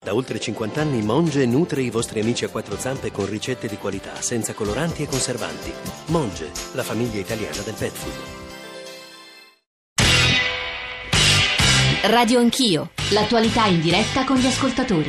Da oltre 50 anni Monge nutre i vostri amici a quattro zampe con ricette di qualità, senza coloranti e conservanti. Monge, la famiglia italiana del pet food. Radio Anch'io, l'attualità in diretta con gli ascoltatori.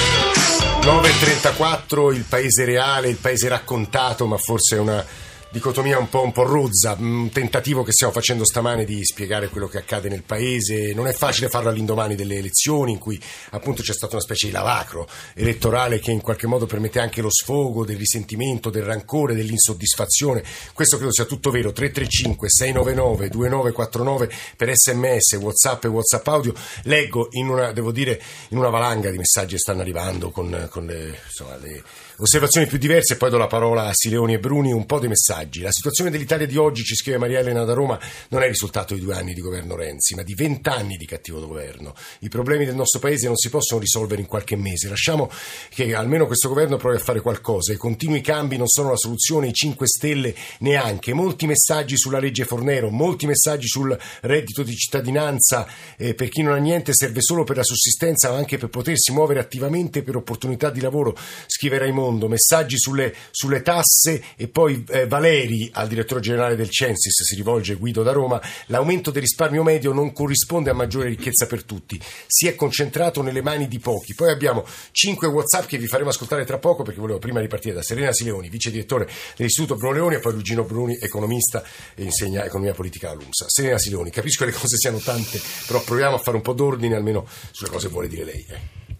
9.34, il paese reale, il paese raccontato, ma forse è una dicotomia un po' rozza, un tentativo che stiamo facendo stamane di spiegare quello che accade nel paese. Non è facile farlo all'indomani delle elezioni, in cui appunto c'è stata una specie di lavacro elettorale che in qualche modo permette anche lo sfogo del risentimento, del rancore, dell'insoddisfazione. Questo credo sia tutto vero. 335 699 2949 per SMS, WhatsApp e WhatsApp audio. Leggo in una valanga di messaggi che stanno arrivando con le osservazioni più diverse, e poi do la parola a Sileoni e Bruni. Un po' dei messaggi. La situazione dell'Italia di oggi, ci scrive Maria Elena da Roma, non è il risultato di 2 anni di governo Renzi, ma di 20 anni di cattivo governo. I problemi del nostro paese non si possono risolvere in qualche mese. Lasciamo che almeno questo governo provi a fare qualcosa. I continui cambi non sono la soluzione, i 5 Stelle neanche. Molti messaggi sulla legge Fornero, molti messaggi sul reddito di cittadinanza, per chi non ha niente serve solo per la sussistenza, ma anche per potersi muovere attivamente per opportunità di lavoro, scrive Raimondo. Messaggi sulle tasse, e poi Valeri, al direttore generale del Censis, si rivolge Guido da Roma. L'aumento del risparmio medio non corrisponde a maggiore ricchezza per tutti, si è concentrato nelle mani di pochi. Poi abbiamo 5 WhatsApp che vi faremo ascoltare tra poco, perché volevo prima ripartire da Serena Sileoni, vice direttore dell'Istituto Bruno Leoni, e poi Luigino Bruni, economista e insegna economia politica alla LUMSA. Serena Sileoni, capisco che le cose siano tante, però proviamo a fare un po' d'ordine almeno sulle cose che vuole dire lei.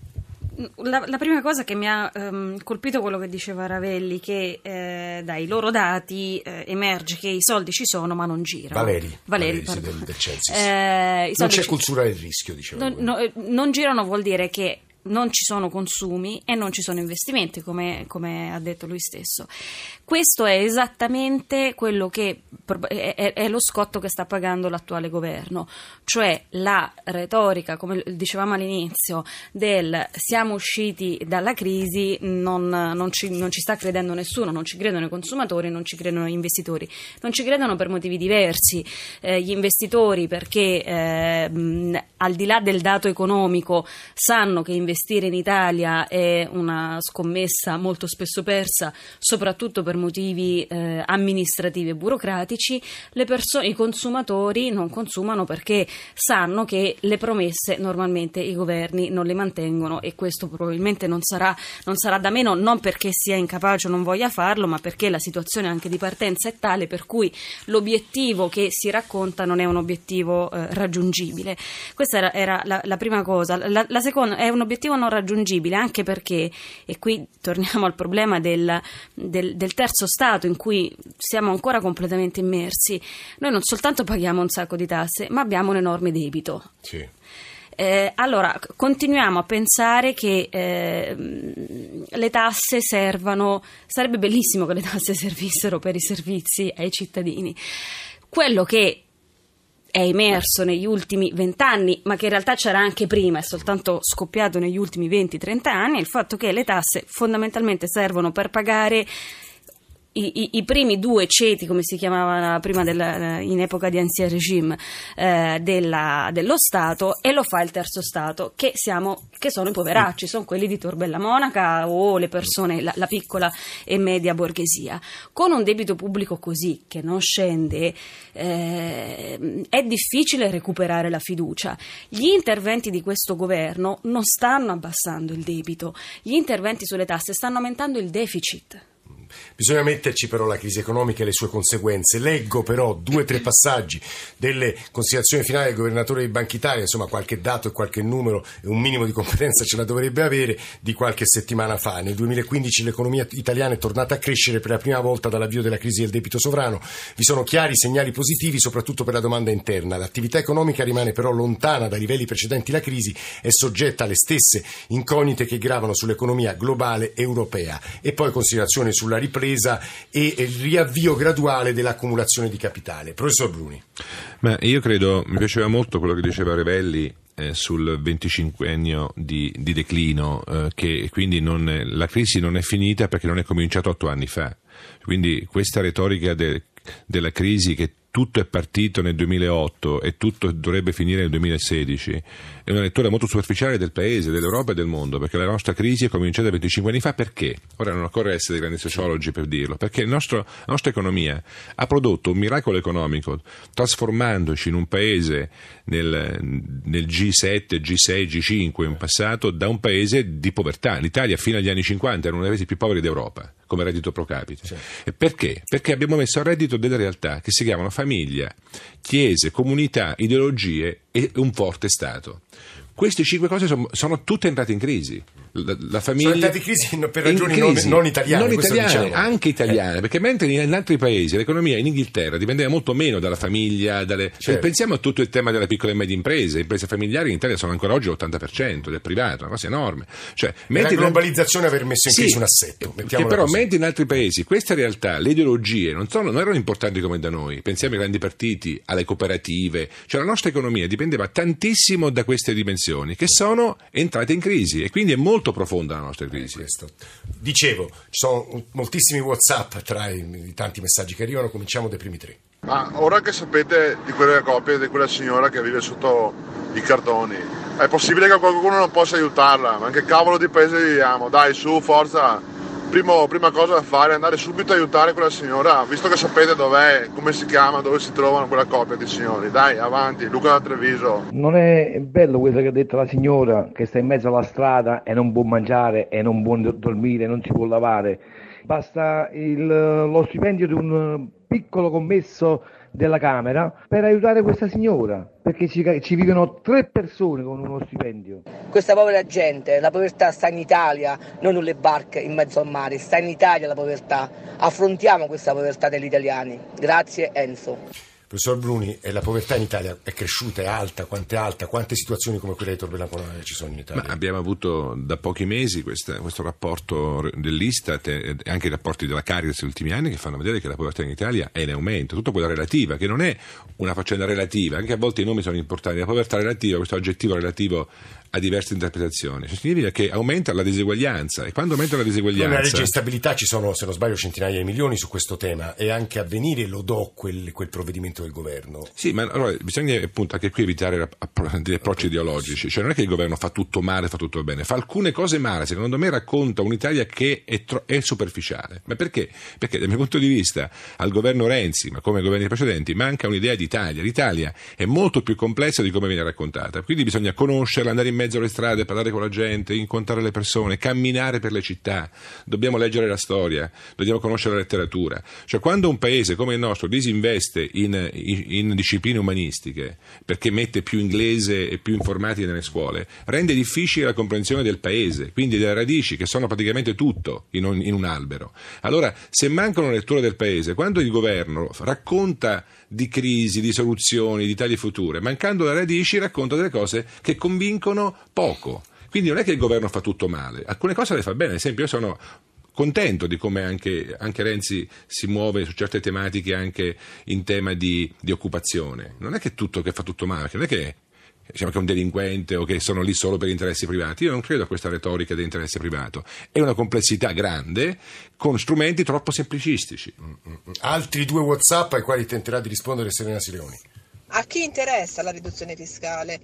La prima cosa che mi ha colpito quello che diceva Ravelli, che dai loro dati emerge che i soldi ci sono ma non girano. Valeri del Censis. Non c'è cultura del rischio, diceva. Non girano vuol dire che non ci sono consumi e non ci sono investimenti, come ha detto lui stesso. Questo è esattamente quello che è lo scotto che sta pagando l'attuale governo, cioè la retorica, come dicevamo all'inizio, del siamo usciti dalla crisi, non ci sta credendo nessuno, non ci credono i consumatori, non ci credono gli investitori, non ci credono per motivi diversi. Gli investitori perché al di là del dato economico sanno che investire in Italia è una scommessa molto spesso persa, soprattutto per motivi amministrativi e burocratici. I consumatori non consumano perché sanno che le promesse normalmente i governi non le mantengono, e questo probabilmente non sarà da meno, non perché sia incapace o non voglia farlo, ma perché la situazione anche di partenza è tale per cui l'obiettivo che si racconta non è un obiettivo raggiungibile. Questa era la prima cosa. La seconda è un obiettivo non raggiungibile anche perché, e qui torniamo al problema del terzo Stato in cui siamo ancora completamente immersi. Noi non soltanto paghiamo un sacco di tasse, ma abbiamo un enorme debito. Sì. Allora, continuiamo a pensare che le tasse servano. Sarebbe bellissimo che le tasse servissero per i servizi ai cittadini. Quello che è emerso negli ultimi 20 anni, ma che in realtà c'era anche prima, è soltanto scoppiato negli ultimi 20-30 anni, è il fatto che le tasse fondamentalmente servono per pagare i primi 2 ceti, come si chiamava prima in epoca di ancien regime, dello Stato, e lo fa il terzo Stato, che sono i poveracci, sono quelli di Tor Bella Monaca o le persone, la piccola e media borghesia. Con un debito pubblico così, che non scende, è difficile recuperare la fiducia. Gli interventi di questo governo non stanno abbassando il debito, gli interventi sulle tasse stanno aumentando il deficit. Bisogna metterci però la crisi economica e le sue conseguenze. Leggo però 2 o 3 passaggi delle considerazioni finali del governatore di Banca Italia, insomma qualche dato e qualche numero e un minimo di competenza ce la dovrebbe avere, di qualche settimana fa. Nel 2015 l'economia italiana è tornata a crescere per la prima volta dall'avvio della crisi del debito sovrano. Vi sono chiari segnali positivi soprattutto per la domanda interna. L'attività economica rimane però lontana dai livelli precedenti la crisi, è soggetta alle stesse incognite che gravano sull'economia globale europea. E poi considerazioni sulla ripresa e il riavvio graduale dell'accumulazione di capitale. Professor Bruni. Io credo, mi piaceva molto quello che diceva Ravelli sul 25ennio di declino, che quindi la crisi non è finita perché non è cominciato 8 anni fa. Quindi questa retorica della crisi che tutto è partito nel 2008 e tutto dovrebbe finire nel 2016 è una lettura molto superficiale del paese, dell'Europa e del mondo, perché la nostra crisi è cominciata 25 anni fa. Perché? Ora non occorre essere dei grandi sociologi per dirlo, perché la nostra economia ha prodotto un miracolo economico trasformandoci in un paese nel G7, G6, G5 in passato da un paese di povertà. L'Italia fino agli anni 50 era uno dei paesi più poveri d'Europa come reddito pro capite. Sì. E perché? Perché abbiamo messo a reddito delle realtà che si chiamano famiglia, chiese, comunità, ideologie e un forte Stato. Queste 5 cose sono tutte entrate in crisi. La famiglia, sono entrate in crisi per ragioni non italiane, diciamo. Anche italiane, perché mentre in altri paesi l'economia in Inghilterra dipendeva molto meno dalla famiglia, certo. Pensiamo a tutto il tema delle piccole e medie imprese familiari in Italia sono ancora oggi l'80% del privato, una cosa enorme. Cioè, la globalizzazione aver messo in crisi un assetto. Però mentre in altri paesi queste realtà, le ideologie non erano importanti come da noi, pensiamo ai grandi partiti, alle cooperative, cioè la nostra economia dipendeva tantissimo da queste dimensioni che sono entrate in crisi e quindi è molto profonda la nostra crisi. Dicevo, ci sono moltissimi WhatsApp tra i tanti messaggi che arrivano, cominciamo dai primi 3. Ma ora che sapete di quelle coppie, di quella signora che vive sotto i cartoni, è possibile che qualcuno non possa aiutarla? Ma che cavolo di paese viviamo? Dai, su, forza! Prima cosa da fare è andare subito a aiutare quella signora, visto che sapete dov'è, come si chiama, dove si trovano quella coppia di signori. Dai, avanti, Luca da Treviso. Non è bello quello che ha detto la signora, che sta in mezzo alla strada e non può mangiare e non può dormire, non si può lavare. Basta lo stipendio di un piccolo commesso della Camera per aiutare questa signora, perché ci vivono 3 persone con uno stipendio. Questa povera gente, la povertà sta in Italia, non nelle barche in mezzo al mare, sta in Italia la povertà. Affrontiamo questa povertà degli italiani. Grazie Enzo. Professor Bruni, la povertà in Italia è cresciuta, è alta? Quanto è alta? Quante situazioni come quella di Tor Bella Colonna ci sono in Italia? Ma abbiamo avuto da pochi mesi questo rapporto dell'Istat e anche i rapporti della Caritas negli ultimi anni che fanno vedere che la povertà in Italia è in aumento, tutto quella relativa, che non è una faccenda relativa, anche a volte i nomi sono importanti, la povertà relativa, questo aggettivo relativo ha diverse interpretazioni, cioè, significa che aumenta la diseguaglianza e quando aumenta la diseguaglianza... Nella legge di stabilità ci sono, se non sbaglio, centinaia di milioni su questo tema e anche a venire lo do quel provvedimento del governo. Sì, ma allora bisogna appunto anche qui evitare degli approcci ideologici, cioè non è che il governo fa tutto male, fa tutto bene, fa alcune cose male, secondo me racconta un'Italia che è superficiale. Ma perché? Perché dal mio punto di vista al governo Renzi, ma come ai governi precedenti, manca un'idea di Italia. L'Italia è molto più complessa di come viene raccontata, quindi bisogna conoscerla, andare in mezzo alle strade, parlare con la gente, incontrare le persone, camminare per le città, dobbiamo leggere la storia, dobbiamo conoscere la letteratura. Cioè quando un paese come il nostro disinveste in discipline umanistiche perché mette più inglese e più informatica nelle scuole, rende difficile la comprensione del paese, quindi delle radici che sono praticamente tutto in un albero. Allora se manca una lettura del paese, quando il governo racconta di crisi, di soluzioni, di tagli future, mancando le radici racconta delle cose che convincono poco. Quindi non è che il governo fa tutto male, alcune cose le fa bene. Ad esempio io sono contento di come anche Renzi si muove su certe tematiche anche in tema di occupazione. Non è che tutto che fa tutto male, non è che diciamo che è un delinquente o che sono lì solo per interessi privati. Io non credo a questa retorica dell'interesse privato, è una complessità grande con strumenti troppo semplicistici. Altri 2 WhatsApp ai quali tenterà di rispondere Serena Silioni. A chi interessa la riduzione fiscale?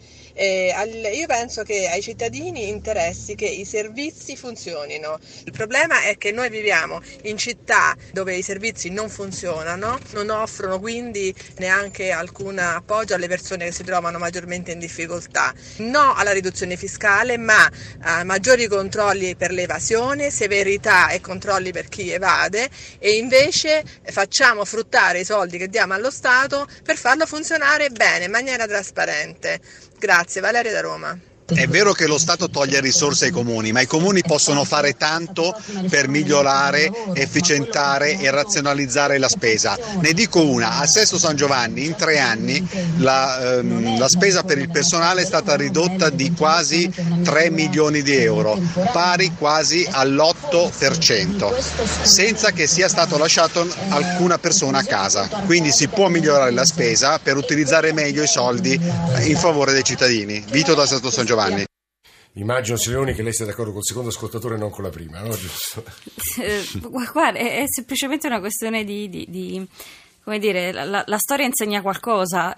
Io penso che ai cittadini interessi che i servizi funzionino. Il problema è che noi viviamo in città dove i servizi non funzionano, non offrono quindi neanche alcun appoggio alle persone che si trovano maggiormente in difficoltà. No alla riduzione fiscale, ma a maggiori controlli per l'evasione, severità e controlli per chi evade, e invece facciamo fruttare i soldi che diamo allo Stato per farlo funzionare bene, in maniera trasparente. Grazie, Valeria da Roma. È vero che lo Stato toglie risorse ai comuni, ma i comuni possono fare tanto per migliorare, efficientare e razionalizzare la spesa. Ne dico una: a Sesto San Giovanni in 3 anni la spesa per il personale è stata ridotta di quasi 3 milioni di euro, pari quasi all'8%, senza che sia stato lasciato alcuna persona a casa. Quindi si può migliorare la spesa per utilizzare meglio i soldi in favore dei cittadini. Vito da Sesto San Giovanni. Immagino, Silioni, che lei sia d'accordo col secondo ascoltatore e non con la prima, no? Giusto? Guarda, è semplicemente una questione di come dire, la storia insegna qualcosa.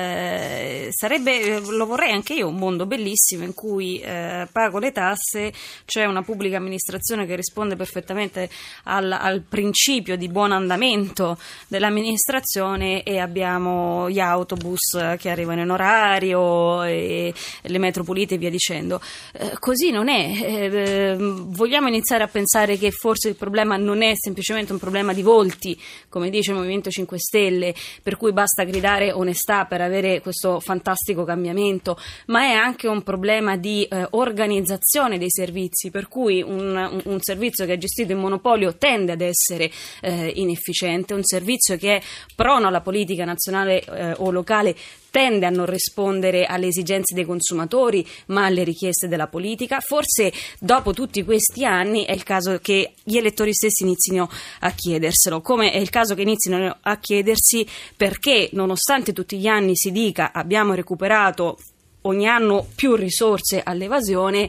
Lo vorrei anche io, un mondo bellissimo in cui pago le tasse, c'è una pubblica amministrazione che risponde perfettamente al principio di buon andamento dell'amministrazione, e abbiamo gli autobus che arrivano in orario e le metropolite e via dicendo. Così non è. Vogliamo iniziare a pensare che forse il problema non è semplicemente un problema di volti, come dice il Movimento 5 Stelle, per cui basta gridare onestà per avere questo fantastico cambiamento, ma è anche un problema di organizzazione dei servizi, per cui un servizio che è gestito in monopolio tende ad essere inefficiente, un servizio che è prono alla politica nazionale o locale tende a non rispondere alle esigenze dei consumatori ma alle richieste della politica. Forse dopo tutti questi anni è il caso che gli elettori stessi inizino a chiederselo, come è il caso che inizino a chiedersi perché, nonostante tutti gli anni si dica abbiamo recuperato ogni anno più risorse all'evasione,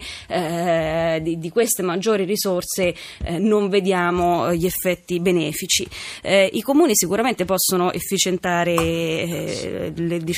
di queste maggiori risorse non vediamo gli effetti benefici. I comuni sicuramente possono efficientare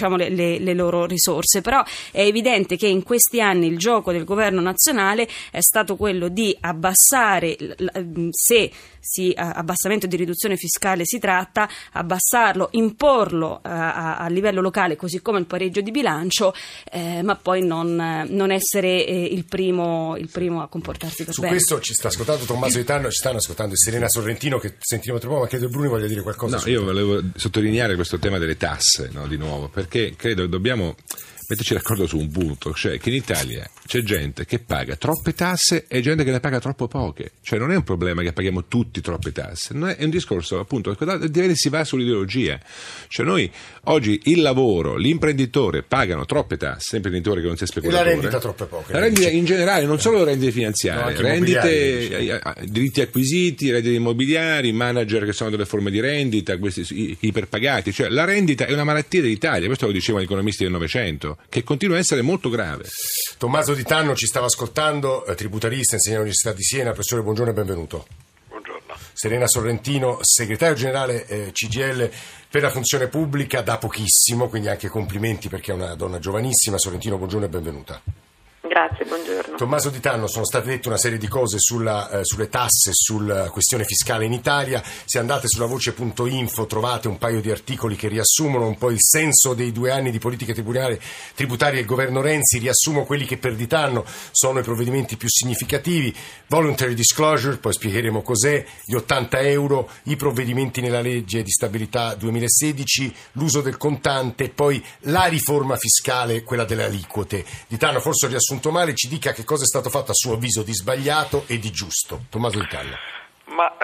le loro risorse, però è evidente che in questi anni il gioco del governo nazionale è stato quello di abbassare, se abbassamento di riduzione fiscale si tratta, abbassarlo, imporlo a livello locale, così come il pareggio di bilancio, ma poi non essere il primo a comportarsi per bene. Su questo ci sta ascoltando Tommaso Di Tanno, ci stanno ascoltando Serena Sorrentino, che sentiremo tra poco, ma credo Bruni voglia dire qualcosa. No, io volevo sottolineare questo tema delle tasse, no, di nuovo, perché credo dobbiamo metterci d'accordo su un punto, cioè che in Italia c'è gente che paga troppe tasse e gente che ne paga troppo poche. Cioè non è un problema che paghiamo tutti troppe tasse, non è un discorso, appunto, si va sull'ideologia. Cioè noi oggi il lavoro, l'imprenditore pagano troppe tasse, imprenditore che non sia speculatore. E la rendita troppe poche. La rendita in generale, non solo rendite finanziarie, rendite, diritti acquisiti, redditi immobiliari, manager che sono delle forme di rendita, questi iperpagati. Cioè la rendita è una malattia dell'Italia, questo lo dicevano gli economisti del Novecento, che continua a essere molto grave. Tommaso Di Tanno ci stava ascoltando, tributarista, insegna all'Università di Siena. Professore, buongiorno e benvenuto. Buongiorno. Serena Sorrentino, segretario generale CGIL per la funzione pubblica, da pochissimo, quindi anche complimenti perché è una donna giovanissima. Sorrentino, buongiorno e benvenuta. Grazie, buongiorno. Tommaso Di Tanno, sono state dette una serie di cose sulle tasse, sulla questione fiscale in Italia. Se andate sulla voce.info trovate un paio di articoli che riassumono un po' il senso dei 2 anni di politica tributaria del governo Renzi. Riassumo quelli che per Di Tanno sono i provvedimenti più significativi: voluntary disclosure, poi spiegheremo cos'è, gli 80 euro, i provvedimenti nella legge di stabilità 2016, l'uso del contante, poi la riforma fiscale, quella delle aliquote. Di Tanno, forse ho riassunto male, ci dica che cosa è stato fatto a suo avviso di sbagliato e di giusto. Tommaso Di Tanno. Ma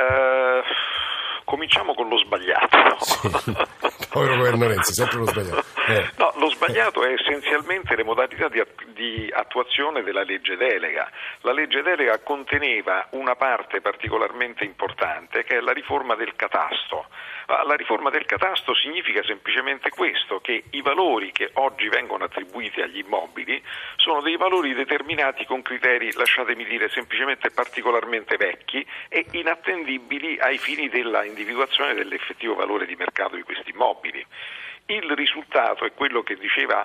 cominciamo con lo sbagliato. Sì. Povero governo Renzi, sempre lo sbagliato. No, lo sbagliato è essenzialmente le modalità di attuazione della legge delega. La legge delega conteneva una parte particolarmente importante che è la riforma del catasto. La riforma del catasto significa semplicemente questo, che i valori che oggi vengono attribuiti agli immobili sono dei valori determinati con criteri, lasciatemi dire, semplicemente particolarmente vecchi e inattendibili ai fini della individuazione dell'effettivo valore di mercato di questi immobili. Il risultato è quello che diceva,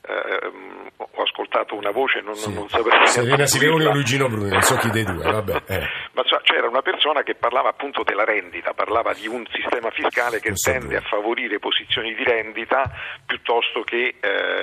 ho ascoltato una voce, non sapevo. Serena Sileoni o Luigino Bruni, non so chi dei due, vabbè. Ma c'era una persona che parlava appunto della rendita, parlava di un sistema fiscale che tende a favorire posizioni di rendita piuttosto che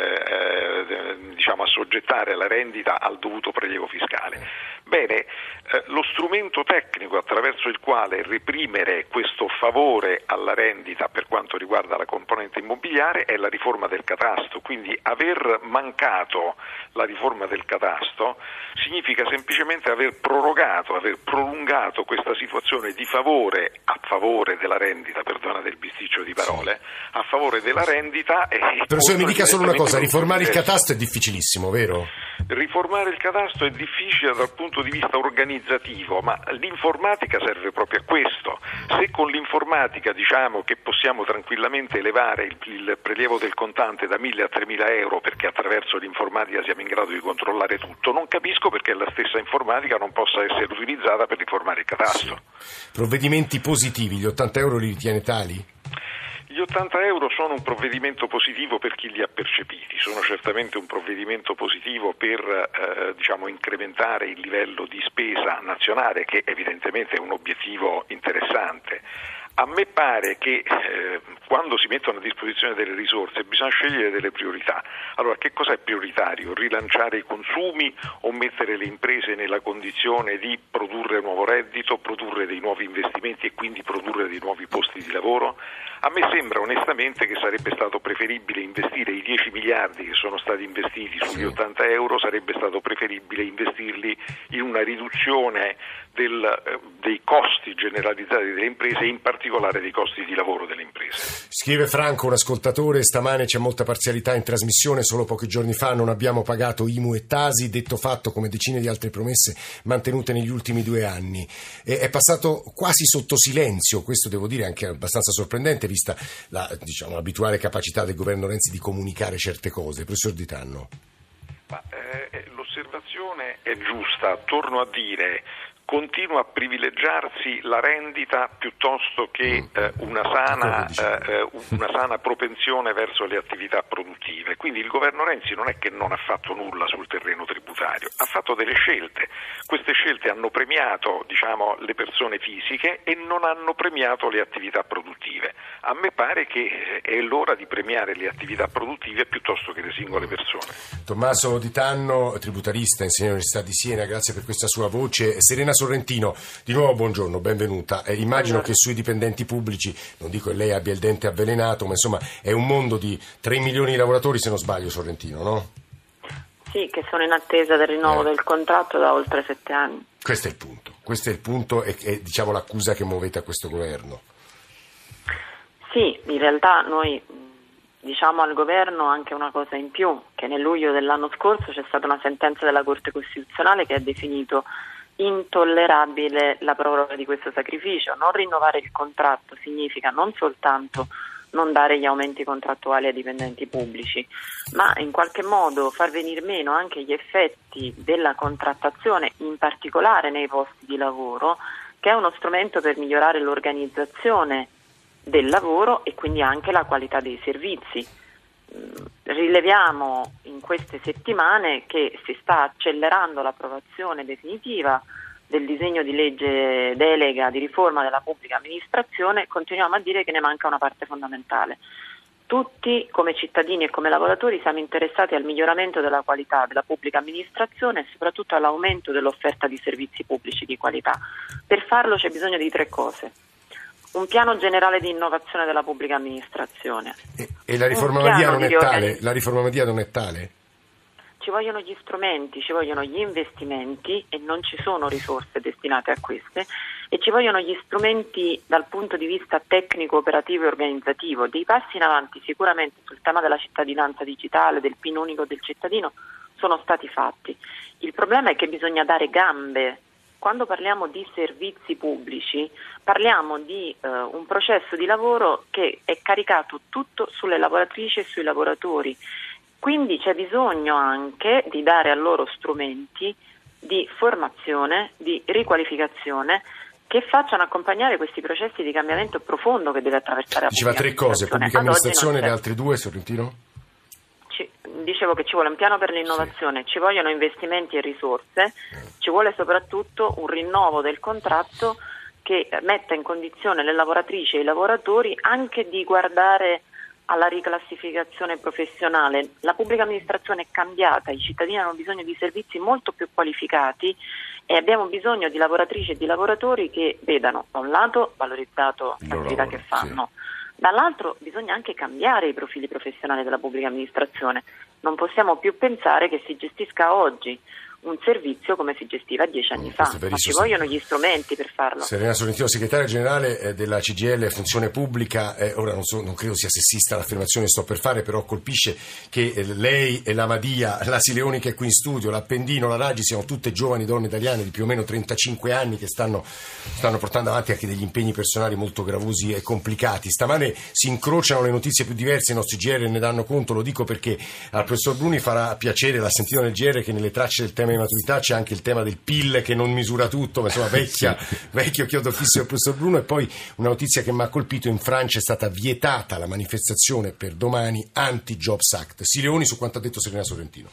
assoggettare la rendita al dovuto prelievo fiscale. Bene, lo strumento tecnico attraverso il quale reprimere questo favore alla rendita per quanto riguarda la componente immobiliare è la riforma del catasto, quindi aver mancato la riforma del catasto significa semplicemente aver prolungato questa situazione di favore a favore della rendita, perdonate il bisticcio di parole, a favore della rendita. Professore, mi dica solo una cosa, riformare il catasto è difficilissimo, vero? Riformare il catasto è difficile dal punto di vista organizzativo, ma l'informatica serve proprio a questo. Se con l'informatica diciamo che possiamo tranquillamente elevare il prelievo del contante da 1.000 a 3.000 euro perché attraverso l'informatica siamo in grado di controllare tutto, non capisco perché la stessa informatica non possa essere utilizzata per riformare il catasto. Sì. Provvedimenti positivi, gli 80 euro li ritiene tali? Gli 80 euro sono un provvedimento positivo per chi li ha percepiti, sono certamente un provvedimento positivo per incrementare il livello di spesa nazionale, che evidentemente è un obiettivo interessante. A me pare che quando si mettono a disposizione delle risorse bisogna scegliere delle priorità. Allora, che cos'è prioritario? Rilanciare i consumi o mettere le imprese nella condizione di produrre nuovo reddito, produrre dei nuovi investimenti e quindi produrre dei nuovi posti di lavoro? A me sembra onestamente che sarebbe stato preferibile investire i 10 miliardi che sono stati investiti sugli 80 euro, sarebbe stato preferibile investirli in una riduzione dei costi generalizzati delle imprese e in particolare dei costi di lavoro delle imprese. Scrive Franco, un ascoltatore: stamane c'è molta parzialità in trasmissione, solo pochi giorni fa non abbiamo pagato IMU e Tasi, detto fatto come decine di altre promesse mantenute negli ultimi 2 anni. È passato quasi sotto silenzio, questo devo dire anche abbastanza sorprendente vista l'abituale capacità del governo Renzi di comunicare certe cose. Professor Di Tanno. L'osservazione è giusta, torno a dire, continua a privilegiarsi la rendita piuttosto che una sana propensione verso le attività produttive. Quindi il governo Renzi non è che non ha fatto nulla sul terreno tributario, ha fatto delle scelte. Queste scelte hanno premiato le persone fisiche e non hanno premiato le attività produttive. A me pare che è l'ora di premiare le attività produttive piuttosto che le singole persone. Tommaso Di Tanno, tributarista, insegna all'Università di Siena, grazie per questa sua voce. Serena Sorrentino, di nuovo buongiorno, benvenuta. Immagino che sui dipendenti pubblici, non dico che lei abbia il dente avvelenato, ma insomma è un mondo di 3 milioni di lavoratori, se non sbaglio, Sorrentino, no? Sì, che sono in attesa del rinnovo del contratto da oltre 7 anni. Questo è il punto e diciamo l'accusa che muovete a questo governo. Sì, in realtà noi diciamo al governo anche una cosa in più, che nel luglio dell'anno scorso c'è stata una sentenza della Corte Costituzionale che ha definito intollerabile la proroga di questo sacrificio. Non rinnovare il contratto significa non soltanto non dare gli aumenti contrattuali ai dipendenti pubblici, ma in qualche modo far venir meno anche gli effetti della contrattazione, in particolare nei posti di lavoro, che è uno strumento per migliorare l'organizzazione del lavoro e quindi anche la qualità dei servizi. Rileviamo in queste settimane che si sta accelerando l'approvazione definitiva del disegno di legge delega di riforma della pubblica amministrazione. Continuiamo a dire che ne manca una parte fondamentale. Tutti, come cittadini e come lavoratori, siamo interessati al miglioramento della qualità della pubblica amministrazione e soprattutto all'aumento dell'offerta di servizi pubblici di qualità. Per farlo c'è bisogno di 3 cose. Un piano generale di innovazione della pubblica amministrazione. E la riforma Madia non è tale? La riforma Madia non è tale? Ci vogliono gli strumenti, ci vogliono gli investimenti e non ci sono risorse destinate a queste, e ci vogliono gli strumenti dal punto di vista tecnico, operativo e organizzativo. Dei passi in avanti sicuramente sul tema della cittadinanza digitale, del PIN unico del cittadino, sono stati fatti. Il problema è che bisogna dare gambe. Quando parliamo di servizi pubblici parliamo di un processo di lavoro che è caricato tutto sulle lavoratrici e sui lavoratori. Quindi c'è bisogno anche di dare a loro strumenti di formazione, di riqualificazione che facciano accompagnare questi processi di cambiamento profondo che deve attraversare la pubblica amministrazione. Diceva 3 cose, pubblica amministrazione, le altre 2, Sorrentino? Dicevo che ci vuole un piano per l'innovazione, ci vogliono investimenti e risorse, ci vuole soprattutto un rinnovo del contratto che metta in condizione le lavoratrici e i lavoratori anche di guardare alla riclassificazione professionale. La pubblica amministrazione è cambiata, i cittadini hanno bisogno di servizi molto più qualificati e abbiamo bisogno di lavoratrici e di lavoratori che vedano da un lato valorizzato l'attività che fanno, dall'altro bisogna anche cambiare i profili professionali della pubblica amministrazione. Non possiamo più pensare che si gestisca oggi un servizio come si gestiva 10 anni fa, ma ci vogliono gli strumenti per farlo. Serena Sorrentino, segretaria generale della CGIL Funzione Pubblica, ora non credo sia sessista l'affermazione che sto per fare, però colpisce che lei e la Madia, la Sileoni che è qui in studio, l'Appendino, la Raggi siano tutte giovani donne italiane di più o meno 35 anni che stanno portando avanti anche degli impegni personali molto gravosi e complicati. Stamane si incrociano le notizie più diverse, i nostri GR ne danno conto, lo dico perché al professor Bruni farà piacere, l'ha sentito nel GR, che nelle tracce del tema problema di maturità, c'è anche il tema del PIL che non misura tutto, ma insomma vecchio chiodo fisso del professor Bruno. E poi una notizia che mi ha colpito: in Francia è stata vietata la manifestazione per domani anti-Jobs Act. Sileoni su quanto ha detto Serena Sorrentino.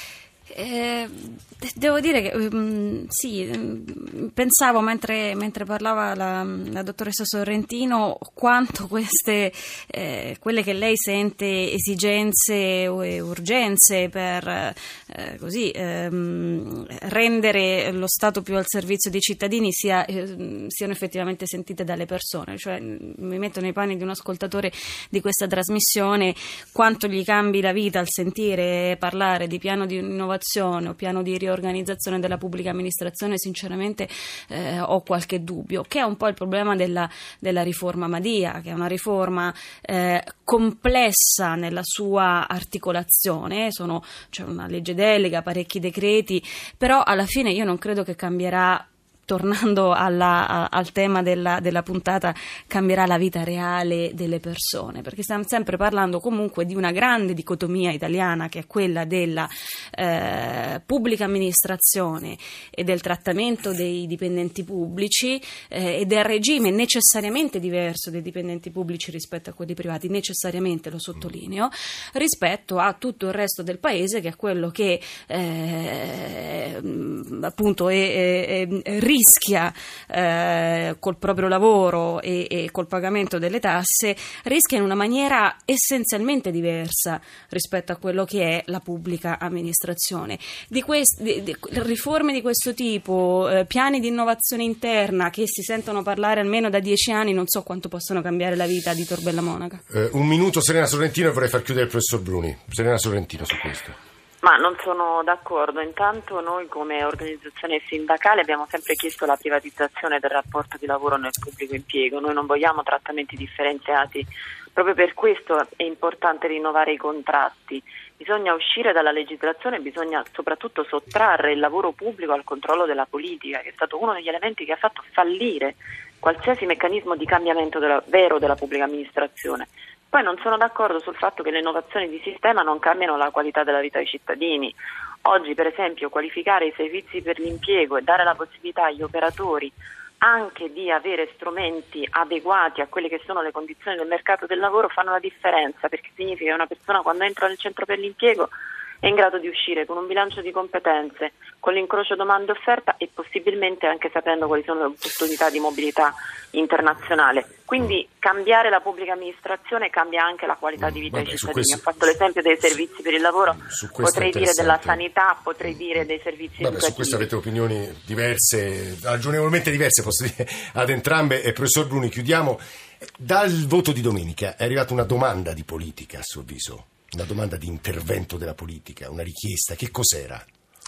Devo dire che sì, pensavo mentre parlava la dottoressa Sorrentino quanto queste quelle che lei sente esigenze o urgenze per rendere lo Stato più al servizio dei cittadini siano effettivamente sentite dalle persone. Cioè, mi metto nei panni di un ascoltatore di questa trasmissione, quanto gli cambi la vita al sentire parlare di piano di innovazione o piano di riorganizzazione della pubblica amministrazione. Sinceramente ho qualche dubbio, che è un po' il problema della riforma Madia, che è una riforma complessa nella sua articolazione. C'è una legge delega, parecchi decreti, però alla fine io non credo che cambierà. Tornando al tema della puntata, cambierà la vita reale delle persone, perché stiamo sempre parlando comunque di una grande dicotomia italiana, che è quella della pubblica amministrazione e del trattamento dei dipendenti pubblici e del regime necessariamente diverso dei dipendenti pubblici rispetto a quelli privati, necessariamente, lo sottolineo, rispetto a tutto il resto del paese, che è quello che appunto rischia col proprio lavoro e col pagamento delle tasse, rischia in una maniera essenzialmente diversa rispetto a quello che è la pubblica amministrazione. Riforme di questo tipo, piani di innovazione interna che si sentono parlare almeno da 10 anni, non so quanto possono cambiare la vita di Tor Bella Monaca. Un minuto, Serena Sorrentino, e vorrei far chiudere il professor Bruni. Serena Sorrentino su questo. Ma non sono d'accordo. Intanto noi come organizzazione sindacale abbiamo sempre chiesto la privatizzazione del rapporto di lavoro nel pubblico impiego. Noi non vogliamo trattamenti differenziati, proprio per questo è importante rinnovare i contratti. Bisogna uscire dalla legislazione, bisogna soprattutto sottrarre il lavoro pubblico al controllo della politica, che è stato uno degli elementi che ha fatto fallire qualsiasi meccanismo di cambiamento vero della pubblica amministrazione. Poi non sono d'accordo sul fatto che le innovazioni di sistema non cambiano la qualità della vita dei cittadini. Oggi, per esempio, qualificare i servizi per l'impiego e dare la possibilità agli operatori anche di avere strumenti adeguati a quelle che sono le condizioni del mercato del lavoro fanno la differenza, perché significa che una persona, quando entra nel centro per l'impiego, è in grado di uscire con un bilancio di competenze, con l'incrocio domanda e offerta e possibilmente anche sapendo quali sono le opportunità di mobilità internazionale. Quindi cambiare la pubblica amministrazione cambia anche la qualità di vita dei cittadini. Ho fatto l'esempio dei servizi per il lavoro, potrei dire della sanità, potrei dire dei servizi educativi. Su questo avete opinioni diverse, ragionevolmente diverse, posso dire, ad entrambe. Professor Bruni, chiudiamo. Dal voto di domenica è arrivata una domanda di politica, a suo avviso? Una domanda di intervento della politica, una richiesta, che cos'era?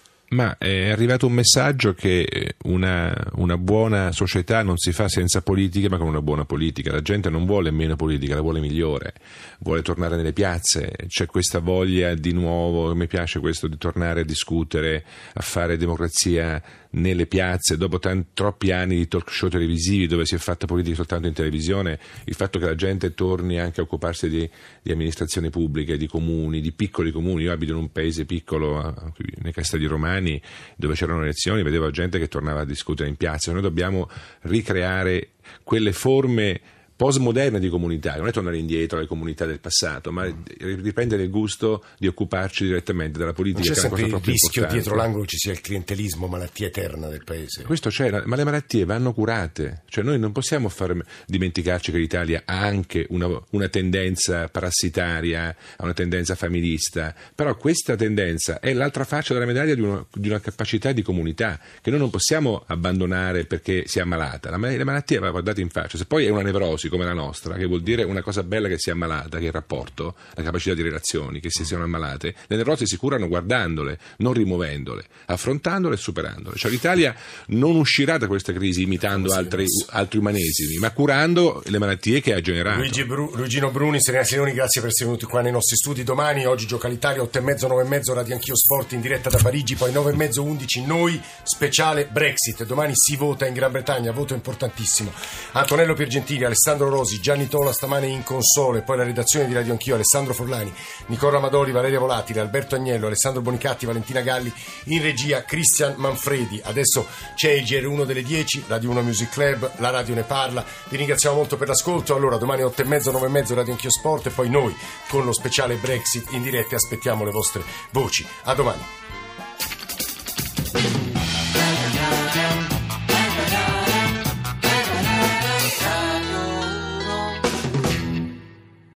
Ma è arrivato un messaggio che una buona società non si fa senza politica, ma con una buona politica. La gente non vuole meno politica, la vuole migliore, vuole tornare nelle piazze, c'è questa voglia di nuovo, mi piace questo di tornare a discutere, a fare democrazia nelle piazze, dopo troppi anni di talk show televisivi dove si è fatta politica soltanto in televisione. Il fatto che la gente torni anche a occuparsi di amministrazione pubblica, di comuni, di piccoli comuni. Io abito in un paese piccolo, nei Castelli Romani, dove c'erano elezioni, vedevo gente che tornava a discutere in piazza. Noi dobbiamo ricreare quelle forme postmoderne di comunità, non è tornare indietro alle comunità del passato, ma riprendere il gusto di occuparci direttamente della politica. Non c'è che è una cosa sempre il rischio importante. dietro l'angolo ci sia il clientelismo, malattia eterna del paese. Questo c'è, ma le malattie vanno curate, cioè noi non possiamo dimenticarci che l'Italia ha anche una tendenza parassitaria, ha una tendenza familista, però questa tendenza è l'altra faccia della medaglia di una capacità di comunità che noi non possiamo abbandonare perché si è ammalata. Le malattie vanno guardate in faccia, se poi è una nevrosi come la nostra, che vuol dire una cosa bella che sia ammalata, che è il rapporto, la capacità di relazioni, che si siano ammalate, le nevrosi si curano guardandole, non rimuovendole, affrontandole e superandole. Cioè l'Italia non uscirà da questa crisi imitando altri umanesimi, ma curando le malattie che ha generato. Luigino Bruni, Serena Sileoni, grazie per essere venuti qua nei nostri studi. Domani, oggi gioca l'Italia, 8:30, 9:30, Radio Anch'io Sport in diretta da Parigi, poi 9:30, 11 noi, speciale Brexit. Domani si vota in Gran Bretagna, voto importantissimo. Antonello Piergentili, Alessandro Alessandro Rosi, Gianni Tola stamane in console, poi la redazione di Radio Anch'io, Alessandro Forlani, Nicola Amadori, Valeria Volatile, Alberto Agnello, Alessandro Bonicatti, Valentina Galli, in regia Cristian Manfredi. Adesso c'è il GR1 delle 10, Radio 1 Music Club, la radio ne parla. Vi ringraziamo molto per l'ascolto. Allora domani 8:30, 9:30 Radio Anch'io Sport, e poi noi con lo speciale Brexit in diretta aspettiamo le vostre voci. A domani.